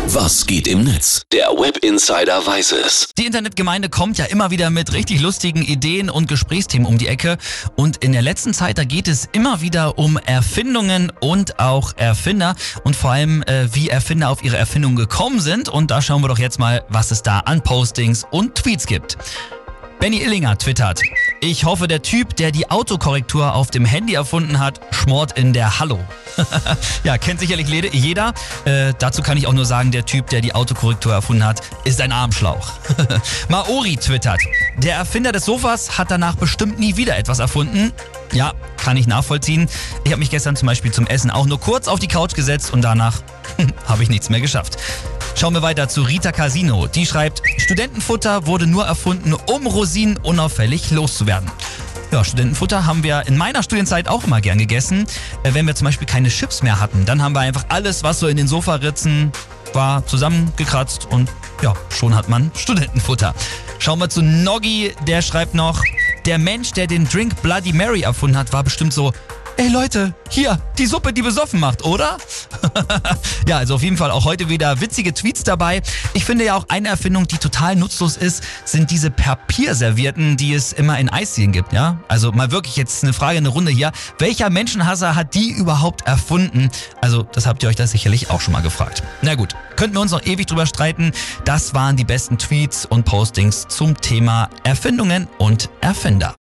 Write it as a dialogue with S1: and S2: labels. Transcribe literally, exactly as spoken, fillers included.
S1: Was geht im Netz? Der Web Insider weiß es.
S2: Die Internetgemeinde kommt ja immer wieder mit richtig lustigen Ideen und Gesprächsthemen um die Ecke. Und in der letzten Zeit, da geht es immer wieder um Erfindungen und auch Erfinder. Und vor allem, äh, wie Erfinder auf ihre Erfindungen gekommen sind. Und da schauen wir doch jetzt mal, was es da an Postings und Tweets gibt. Benny Illinger twittert: Ich hoffe, der Typ, der die Autokorrektur auf dem Handy erfunden hat, schmort in der Hallo. Ja, kennt sicherlich jeder. Äh, dazu kann ich auch nur sagen, der Typ, der die Autokorrektur erfunden hat, ist ein Armschlauch. Maori twittert: Der Erfinder des Sofas hat danach bestimmt nie wieder etwas erfunden. Ja, kann ich nachvollziehen. Ich habe mich gestern zum Beispiel zum Essen auch nur kurz auf die Couch gesetzt und danach habe ich nichts mehr geschafft. Schauen wir weiter zu Rita Casino. Die schreibt: Studentenfutter wurde nur erfunden, um Rosinen unauffällig loszuwerden. Ja, Studentenfutter haben wir in meiner Studienzeit auch immer gern gegessen. Wenn wir zum Beispiel keine Chips mehr hatten, dann haben wir einfach alles, was so in den Sofaritzen war, zusammengekratzt und ja, schon hat man Studentenfutter. Schauen wir zu Noggi, der schreibt noch: Der Mensch, der den Drink Bloody Mary erfunden hat, war bestimmt so: Ey Leute, hier, die Suppe, die besoffen macht, oder? Ja, also auf jeden Fall auch heute wieder witzige Tweets dabei. Ich finde ja auch eine Erfindung, die total nutzlos ist, sind diese Papierservietten, die es immer in Eisdielen gibt, ja? Also mal wirklich jetzt eine Frage in eine Runde hier. Welcher Menschenhasser hat die überhaupt erfunden? Also das habt ihr euch da sicherlich auch schon mal gefragt. Na gut, könnten wir uns noch ewig drüber streiten. Das waren die besten Tweets und Postings zum Thema Erfindungen und Erfinder.